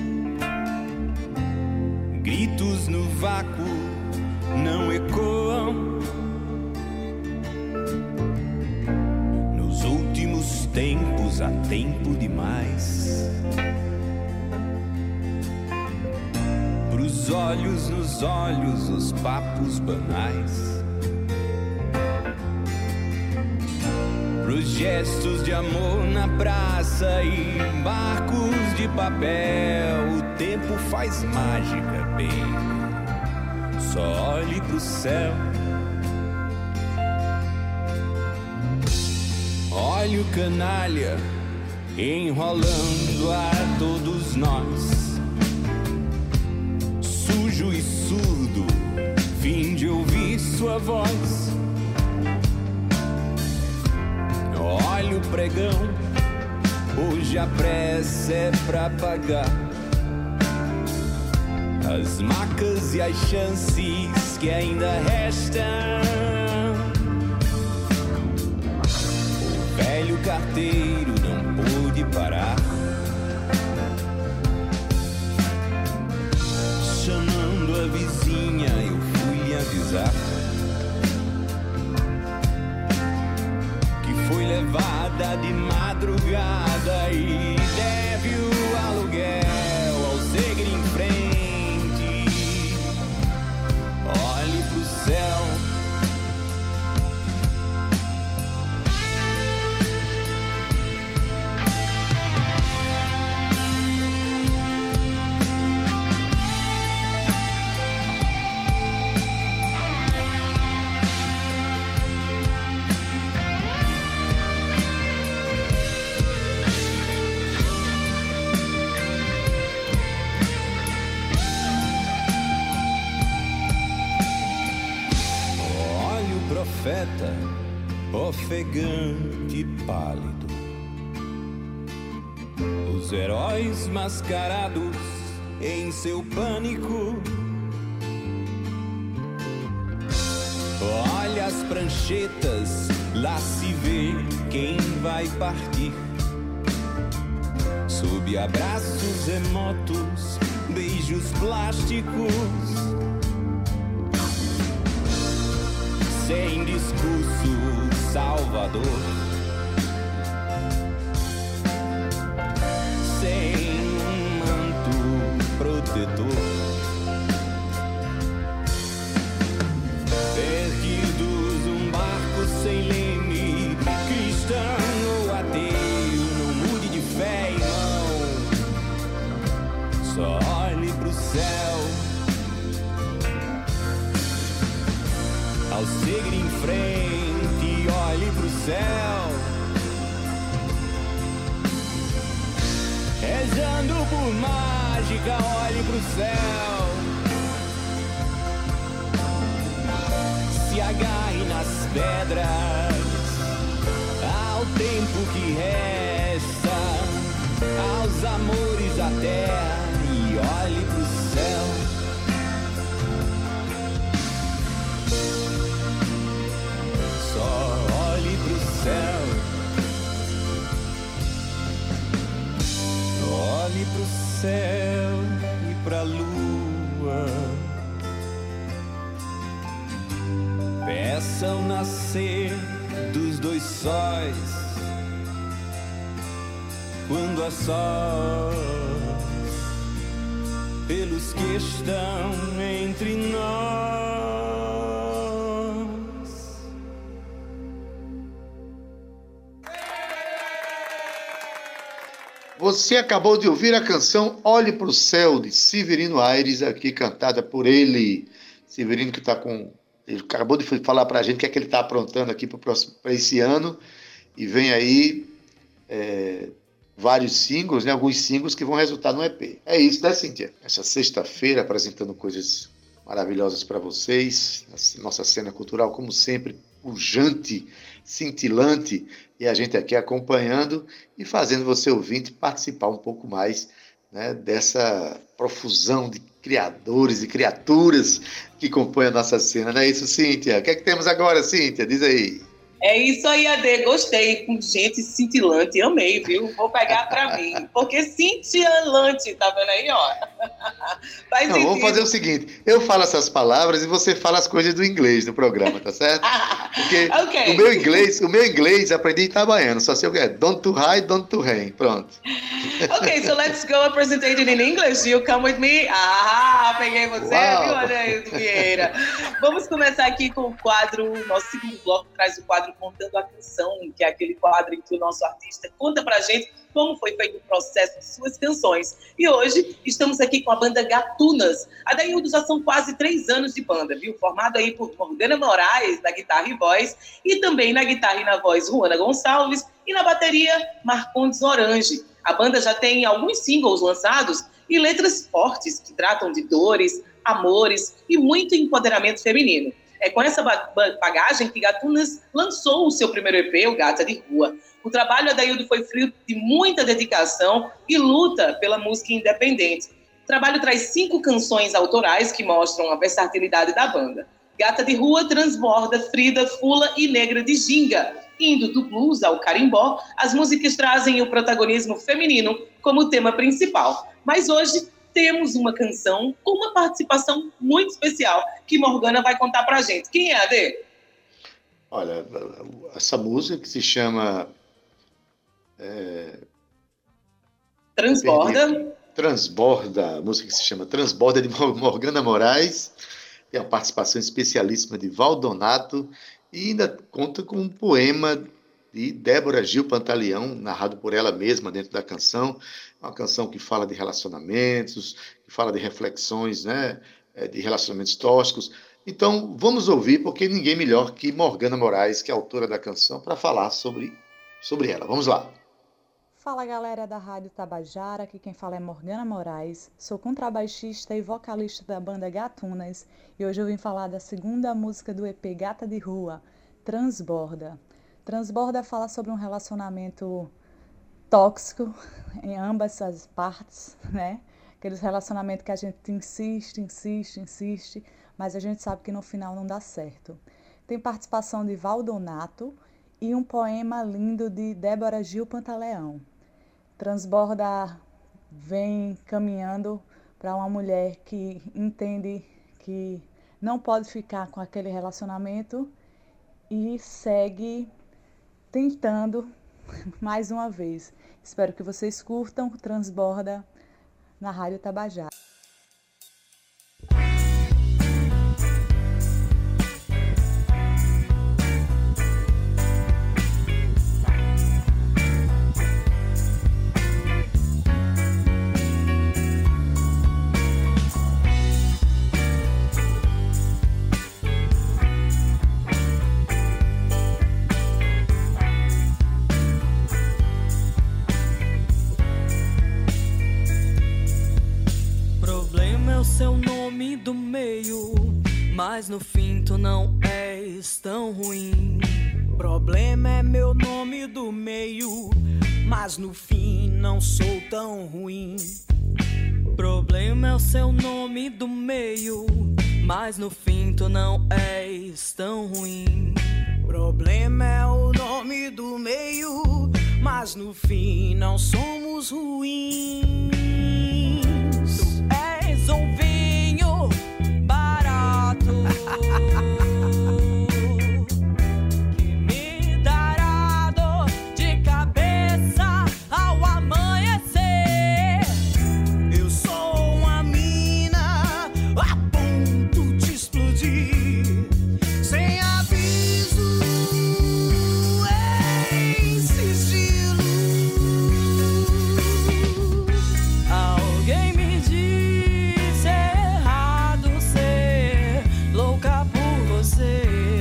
gritos no vácuo não ecoam. Nos últimos tempos há tempo demais pros olhos nos olhos, os papos banais, pros gestos de amor na praça e barcos de papel. O tempo faz mágica, bem. Só olhe pro céu. Olha o canalha enrolando a todos nós, sujo e surdo, fim de ouvir sua voz. Olha o pregão, hoje a pressa é pra pagar as macas e as chances que ainda restam. O velho carteiro não pôde parar, chamando a vizinha, eu fui lhe avisar que foi levada de madrugada e deve o aluguel ao seguir em frente. Olhe pro céu. Profeta ofegante e pálido, os heróis mascarados em seu pânico. Olha as pranchetas, lá se vê quem vai partir. sob abraços remotos, beijos plásticos, sem discurso salvador, sem um manto protetor, perdidos um barco sem leme, cristão ou ateu, não mude de fé, irmão, só olhe pro céu. Ao seguir em frente, olhe pro céu, rezando por mágica, olhe pro céu, se agarre nas pedras, ao tempo que resta, aos amores da terra, e olhe pro céu. Só olhe pro céu, olhe pro céu e pra lua, peça o nascer dos dois sóis, quando a sós, pelos que estão entre nós. Você acabou de ouvir a canção Olhe pro Céu, de Severino Aires, aqui cantada por ele. Severino que está com... Ele acabou de falar para a gente o que é que ele está aprontando aqui para esse ano. E vem aí é, vários singles, né, alguns singles que vão resultar no E P. É isso, né, Cíntia? Essa sexta-feira, apresentando coisas maravilhosas para vocês. Nossa cena cultural, como sempre, pujante, cintilante, e a gente aqui acompanhando e fazendo você ouvinte participar um pouco mais, né, dessa profusão de criadores e criaturas que compõem a nossa cena. Não é isso, Cíntia? O que é que temos agora, Cíntia? Diz aí. É isso aí, Ade. Gostei. Com gente cintilante. Amei, viu? Vou pegar pra mim. Porque cintilante, tá vendo aí, ó? Faz Não, vamos fazer o seguinte. Eu falo essas palavras e você fala as coisas do inglês no programa, tá certo? Porque okay. o meu inglês, o meu inglês aprendi em itabaiano. Só sei o que é. Don't to high, don't to rain. Pronto. Ok, so let's go a presentation in English. You come with me? Ah, peguei você, Uau. viu, Adaildo Vieira? Vamos começar aqui com o quadro, nosso segundo bloco traz o quadro Contando a Canção, que é aquele quadro em que o nosso artista conta pra gente como foi feito o processo de suas canções. E hoje estamos aqui com a banda Gatunas. Adaildo, já são quase três anos de banda, viu? Formado aí por Morgana Moraes, na guitarra e voz, e também na guitarra e na voz, Juana Gonçalves, e na bateria, Marcondes Orange. A banda já tem alguns singles lançados e letras fortes que tratam de dores, amores e muito empoderamento feminino. É com essa bagagem que Gatunas lançou o seu primeiro E P, o Gata de Rua. O trabalho, Adaildo, foi fruto de muita dedicação e luta pela música independente. O trabalho traz cinco canções autorais que mostram a versatilidade da banda. Gata de Rua transborda Frida, Fula e Negra de Ginga. Indo do blues ao carimbó, as músicas trazem o protagonismo feminino como tema principal. Mas hoje temos uma canção com uma participação muito especial que Morgana vai contar pra gente. Quem é, Ade? Olha, essa música que se chama... É... Transborda. Transborda, a música que se chama Transborda, de Morgana Moraes. Tem a participação especialíssima de Valdonato e ainda conta com um poema de Débora Gil Pantaleão, narrado por ela mesma dentro da canção. Uma canção que fala de relacionamentos, que fala de reflexões, né, de relacionamentos tóxicos. Então, vamos ouvir, porque ninguém melhor que Morgana Moraes, que é a autora da canção, para falar sobre, sobre ela. Vamos lá. Fala, galera da Rádio Tabajara, aqui quem fala é Morgana Moraes, sou contrabaixista e vocalista da banda Gatunas e hoje eu vim falar da segunda música do E P Gata de Rua, Transborda. Transborda fala sobre um relacionamento tóxico em ambas as partes, né? Aqueles relacionamentos que a gente insiste, insiste, insiste, mas a gente sabe que no final não dá certo. Tem participação de Valdonato e um poema lindo de Débora Gil Pantaleão. Transborda vem caminhando para uma mulher que entende que não pode ficar com aquele relacionamento e segue tentando mais uma vez. Espero que vocês curtam Transborda na Rádio Tabajara. Do meio, mas no fim tu não és tão ruim. Problema é meu nome do meio, mas no fim não sou tão ruim. Problema é o seu nome do meio, mas no fim tu não és tão ruim. Problema é o nome do meio, mas no fim não somos ruins. Tu és um vinho barato que me dará dor de cabeça ao amanhecer. Eu sou uma mina a ponto de explodir sem aviso, em sigilo. Alguém me diz errado ser louca por você.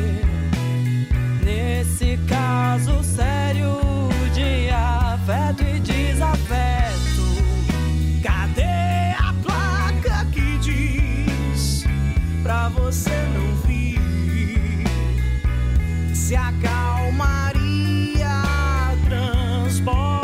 Nesse caso sério de afeto e desafeto, Cadê a placa que diz pra você não vir? Se a calmaria transborda.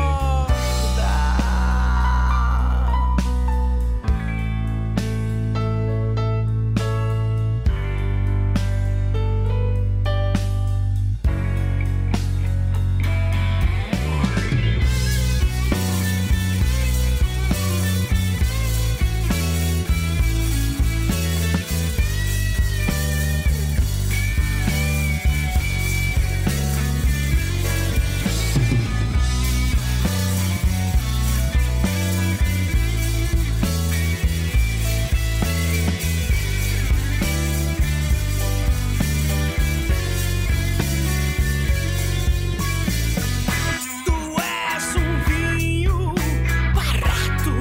Tu és um vinho barato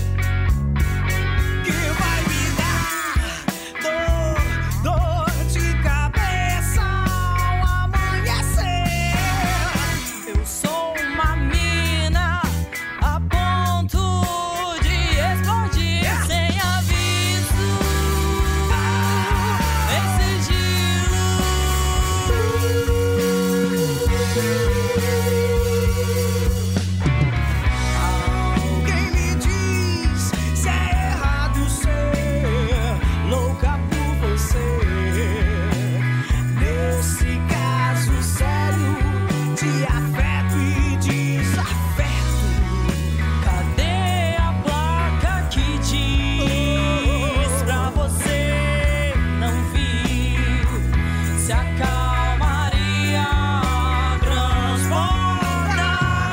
que vai me dar dor, dor de cabeça ao amanhecer. eu sou uma mina a ponto de explodir sem aviso, em sigilo. Alguém me diz se é errado ser louca por você. Nesse caso sério de afeto e desafeto, Cadê a placa que diz pra você não vir? Se a calmaria transborda.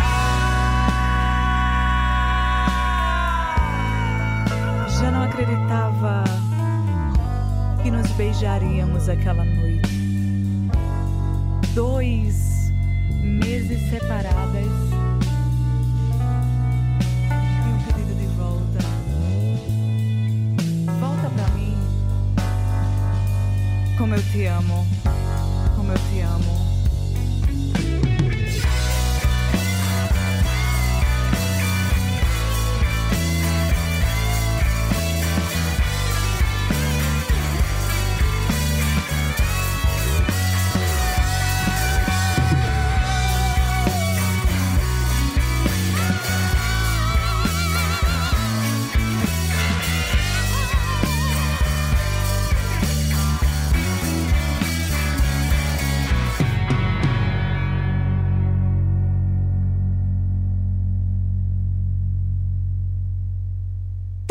Já não acreditava que nos beijaríamos aquela noite. Dois meses separadas e um pedido de volta. Volta pra mim. Como eu te amo. Como eu te amo.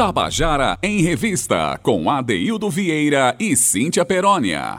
Tabajara em Revista, com Adeildo Vieira e Cíntia Perônia.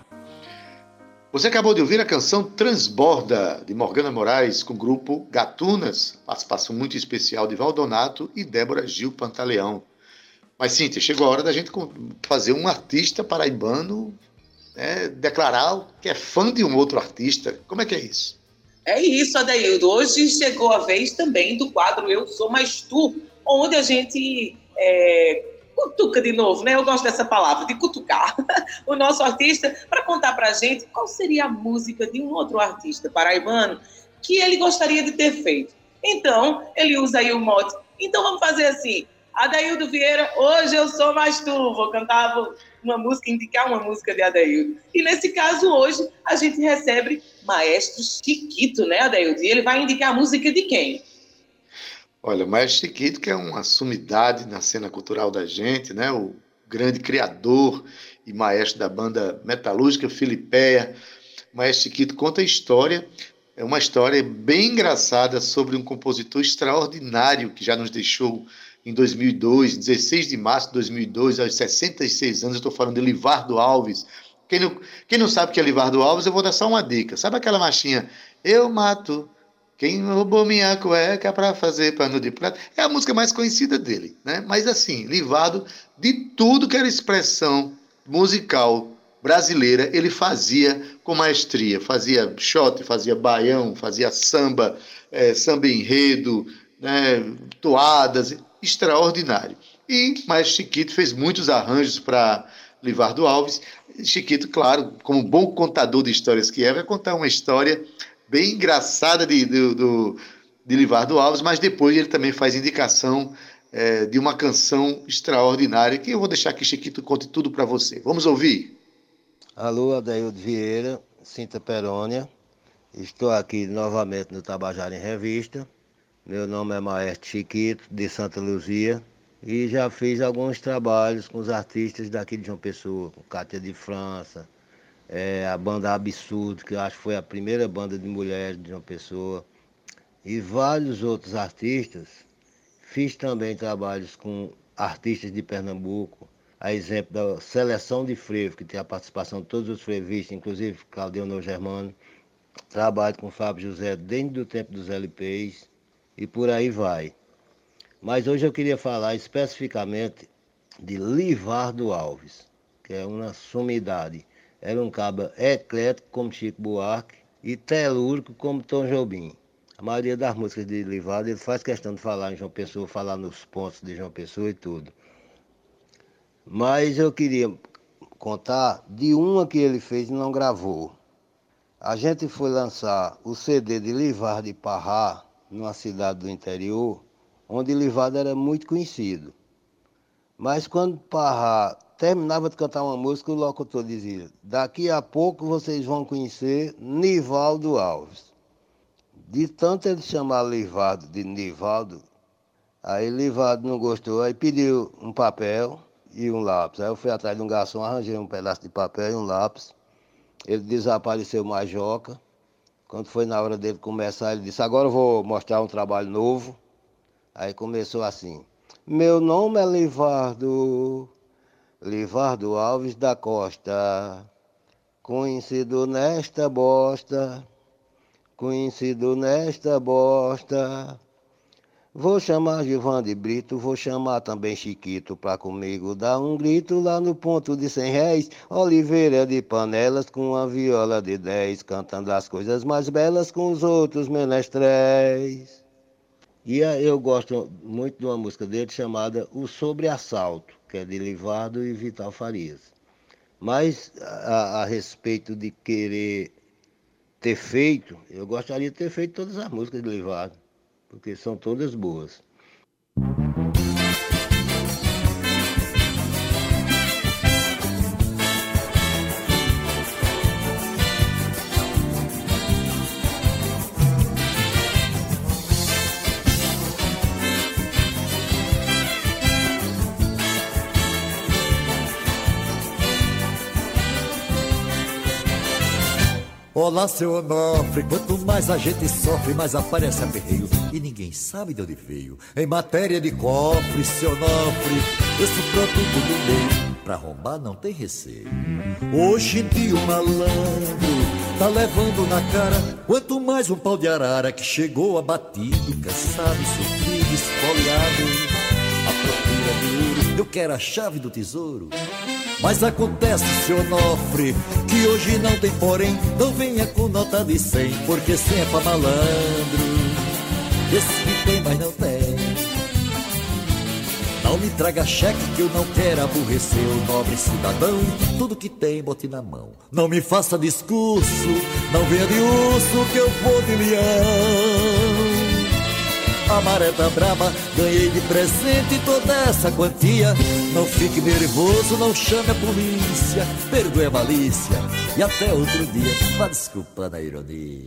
Você acabou de ouvir a canção Transborda, de Morgana Moraes, com o grupo Gatunas, participação muito especial de Valdonato e Débora Gil Pantaleão. Mas, Cíntia, chegou a hora da gente fazer um artista paraibano, né, declarar que é fã de um outro artista. Como é que é isso? É isso, Adeildo. Hoje chegou a vez também do quadro Eu Sou Mais Tu, onde a gente é, cutuca de novo, né? Eu gosto dessa palavra, de cutucar o nosso artista para contar para a gente qual seria a música de um outro artista paraibano que ele gostaria de ter feito. Então, ele usa aí o mote. Então, vamos fazer assim. Adeildo Vieira, hoje eu sou mais tu. Vou cantar uma música, indicar uma música de Adeildo. E nesse caso, hoje, a gente recebe Maestro Chiquito, né, Adeildo? E ele vai indicar a música de quem? Olha, o Maestro Chiquito, que é uma sumidade na cena cultural da gente, né? O grande criador e maestro da banda metalúrgica Filipeia. O Maestro Chiquito conta a história, é uma história bem engraçada sobre um compositor extraordinário que já nos deixou em dois mil e dois, dezesseis de março de dois mil e dois, aos sessenta e seis anos. Eu estou falando de Livardo Alves. Quem não, quem não sabe o que é Livardo Alves, eu vou dar só uma dica. Sabe aquela marchinha? Eu mato quem roubou minha cueca para fazer pano de prata? É a música mais conhecida dele, né? Mas assim, Livardo, de tudo que era expressão musical brasileira, ele fazia com maestria. Fazia shot, fazia baião, fazia samba, é, samba enredo, né, toadas, extraordinário. E Maestro Chiquito fez muitos arranjos para Livardo Alves. Chiquito, claro, como bom contador de histórias que é, vai contar uma história bem engraçada de, de, de, de Livardo Alves, mas depois ele também faz indicação é, de uma canção extraordinária, que eu vou deixar que Chiquito conte tudo para você. Vamos ouvir? Alô, Adeildo Vieira, Cíntia Perônia. Estou aqui novamente no Tabajara em Revista. Meu nome é Maestro Chiquito, de Santa Luzia, e já fiz alguns trabalhos com os artistas daqui de João Pessoa, com Cátia de França, é, a banda Absurdo, que eu acho que foi a primeira banda de mulheres de João Pessoa, e vários outros artistas. Fiz também trabalhos com artistas de Pernambuco, a exemplo da Seleção de Frevo, que tem a participação de todos os frevistas, inclusive Claudio Germano. Trabalho com Fábio José desde o tempo dos L Ps, e por aí vai. Mas hoje eu queria falar especificamente de Livardo Alves, que é uma sumidade. Era um cabo eclético como Chico Buarque e telúrico como Tom Jobim. A maioria das músicas de Livardo ele faz questão de falar em João Pessoa, falar nos pontos de João Pessoa e tudo. Mas eu queria contar de uma que ele fez e não gravou. A gente foi lançar o C D de Livardo e Parrá, numa cidade do interior, onde Livardo era muito conhecido. Mas quando Parrá terminava de cantar uma música, o locutor dizia: daqui a pouco vocês vão conhecer Nivaldo Alves. De tanto ele chamar Livardo de Nivaldo, aí Livardo não gostou, aí pediu um papel e um lápis. Aí eu fui atrás de um garçom, arranjei um pedaço de papel e um lápis. Ele desapareceu majoca. Quando foi na hora dele começar, ele disse: agora eu vou mostrar um trabalho novo. Aí começou assim: meu nome é Livardo, Livardo Alves da Costa, conhecido nesta bosta, conhecido nesta bosta. Vou chamar Gilvan de Brito, vou chamar também Chiquito pra comigo dar um grito lá no ponto de cem réis. Oliveira de Panelas com uma viola de dez, cantando as coisas mais belas com os outros menestréis. E eu gosto muito de uma música dele chamada O Sobreassalto, que é de Livardo e Vital Farias. Mas a, a respeito de querer ter feito, eu gostaria de ter feito todas as músicas de Livardo, porque são todas boas. Olá, seu Onofre, quanto mais a gente sofre, mais aparece aperreio, e ninguém sabe de onde veio. Em matéria de cofre, seu Onofre, esse produto do meio, pra arrombar não tem receio. Hoje em dia o malandro tá levando na cara, quanto mais um pau de arara que chegou abatido, cansado, sofrido, esfoliado, à procura de ouro, eu quero a chave do tesouro. Mas acontece, seu Onofre, que hoje não tem porém, não venha com nota de cem, porque cem é pra malandro, esse que tem, mas não tem. Não me traga cheque que eu não quero aborrecer o nobre cidadão, tudo que tem bote na mão. Não me faça discurso, não venha de urso que eu vou de leão. A maré tá braba, ganhei de presente toda essa quantia. Não fique nervoso, não chame a polícia, perdoe a malícia, e até outro dia, vá desculpando a ironia.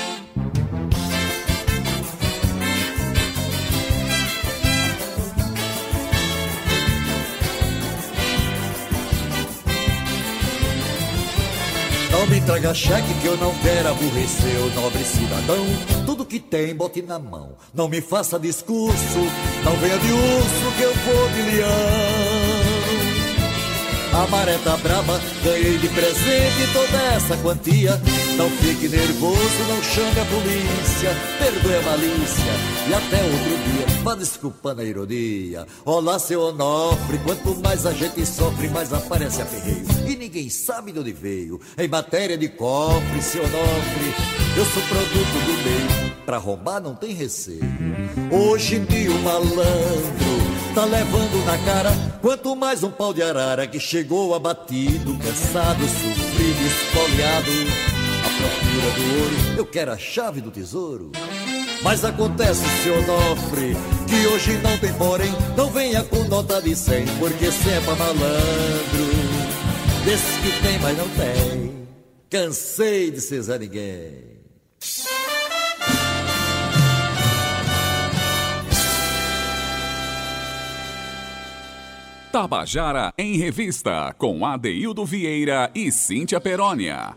Não me traga cheque que eu não quero aborrecer o nobre cidadão, tudo que tem bote na mão. Não me faça discurso, não venha de urso que eu vou de leão. A maré tá braba, ganhei de presente toda essa quantia. Não fique nervoso, não chame a polícia, perdoe a malícia, e até outro dia, vá desculpando a ironia. Olá, seu Onofre, quanto mais a gente sofre, mais aparece aperreio, e ninguém sabe de onde veio. Em matéria de cofre, seu Onofre, eu sou produto do meio, pra roubar não tem receio. Hoje em dia o malandro tá levando na cara, quanto mais um pau de arara que chegou abatido, cansado, sofrido, esfoliado, à procura do ouro, eu quero a chave do tesouro. Mas acontece, seu Onofre, que hoje não tem porém, não venha com nota de cem, porque cem é pra malandro, desses que tem, mas não tem. Cansei de ser Zé Ninguém. Tabajara em Revista, com Adeildo Vieira e Cíntia Perônia.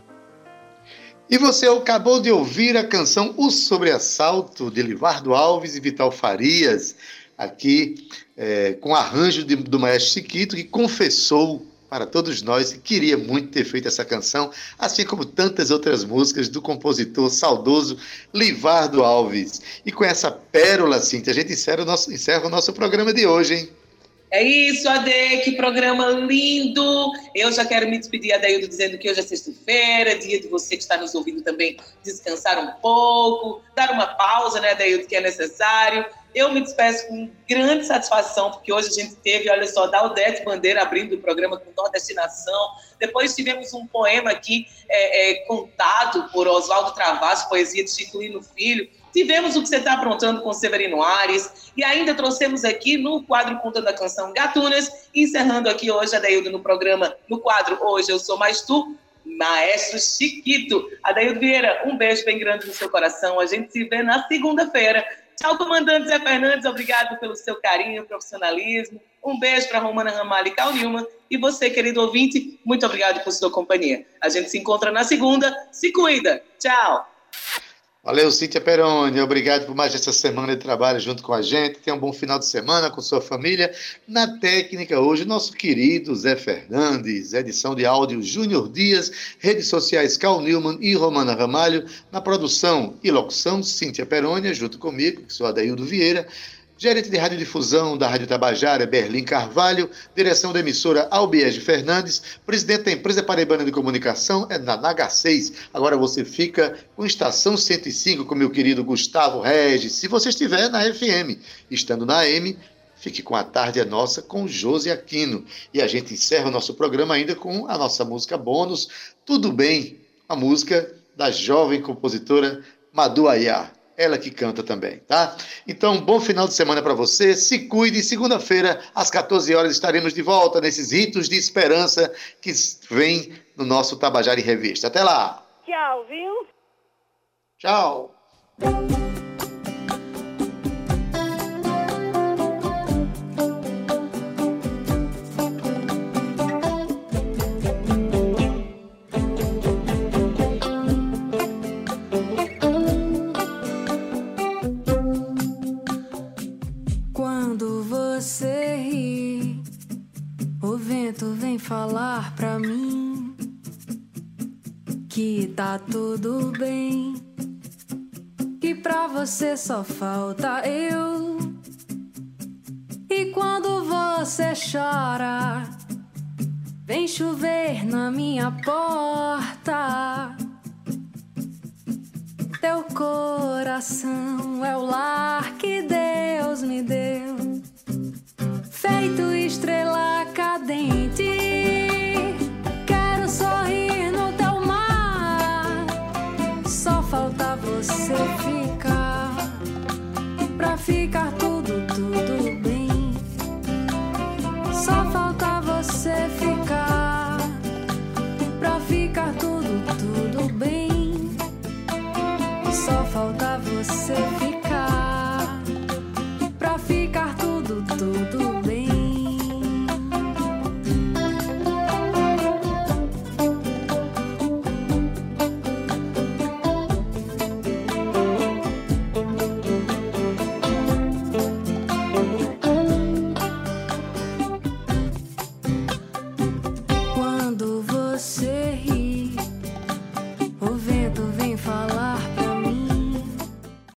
E você acabou de ouvir a canção O Sobressalto, de Livardo Alves e Vital Farias, aqui é, com arranjo de, do maestro Chiquito, que confessou para todos nós que queria muito ter feito essa canção, assim como tantas outras músicas do compositor saudoso Livardo Alves. E com essa pérola, Cíntia, a gente encerra o nosso, encerra o nosso programa de hoje, hein? É isso, Ade, que programa lindo! Eu já quero me despedir, Adeildo, dizendo que hoje é sexta-feira, dia de você que está nos ouvindo também descansar um pouco, dar uma pausa, né, Adeildo, que é necessário. Eu me despeço com grande satisfação, porque hoje a gente teve, olha só, Daldete Bandeira abrindo o programa com Nordestinação. Depois tivemos um poema aqui é, é, contado por Oswaldo Travassos, poesia de Chico Lino Filho. Tivemos o que você está aprontando com Severino Ares, e ainda trouxemos aqui no quadro Contando a Canção Gatunas, encerrando aqui hoje, Adeildo, no programa, no quadro Hoje Eu Sou Mais Tu, Maestro Chiquito. Adeildo Vieira, um beijo bem grande no seu coração, a gente se vê na segunda-feira. Tchau, comandante Zé Fernandes, obrigado pelo seu carinho, profissionalismo. Um beijo para Romana Ramalho e Cal Nilman. E você, querido ouvinte, muito obrigado por sua companhia. A gente se encontra na segunda. Se cuida. Tchau. Valeu, Cíntia Perônia. Obrigado por mais essa semana de trabalho junto com a gente. Tenha um bom final de semana com sua família. Na técnica hoje, nosso querido Zé Fernandes. Edição de áudio Júnior Dias. Redes sociais Cal Nilman e Romana Ramalho. Na produção e locução, Cíntia Perônia, junto comigo, que sou Adeildo Vieira. Gerente de radiodifusão da Rádio Tabajara, Berlim Carvalho. Direção da emissora, Albiege Fernandes. Presidente da empresa Paraibana de Comunicação, é na H seis. Agora você fica com Estação cento e cinco, com meu querido Gustavo Regis. Se você estiver na F M, estando na A M, fique com A Tarde é Nossa, com Josi Aquino. E a gente encerra o nosso programa ainda com a nossa música bônus, Tudo Bem, a música da jovem compositora Madu Ayá. Ela que canta também, tá? Então, bom final de semana para você. Se cuide. Segunda-feira, às quatorze horas, estaremos de volta nesses ritos de esperança que vem no nosso Tabajara em Revista. Até lá. Tchau, viu? Tchau. que tá tudo bem, que pra você só falta eu. E quando você chora, vem chover na minha porta. Teu coração é o lar que Deus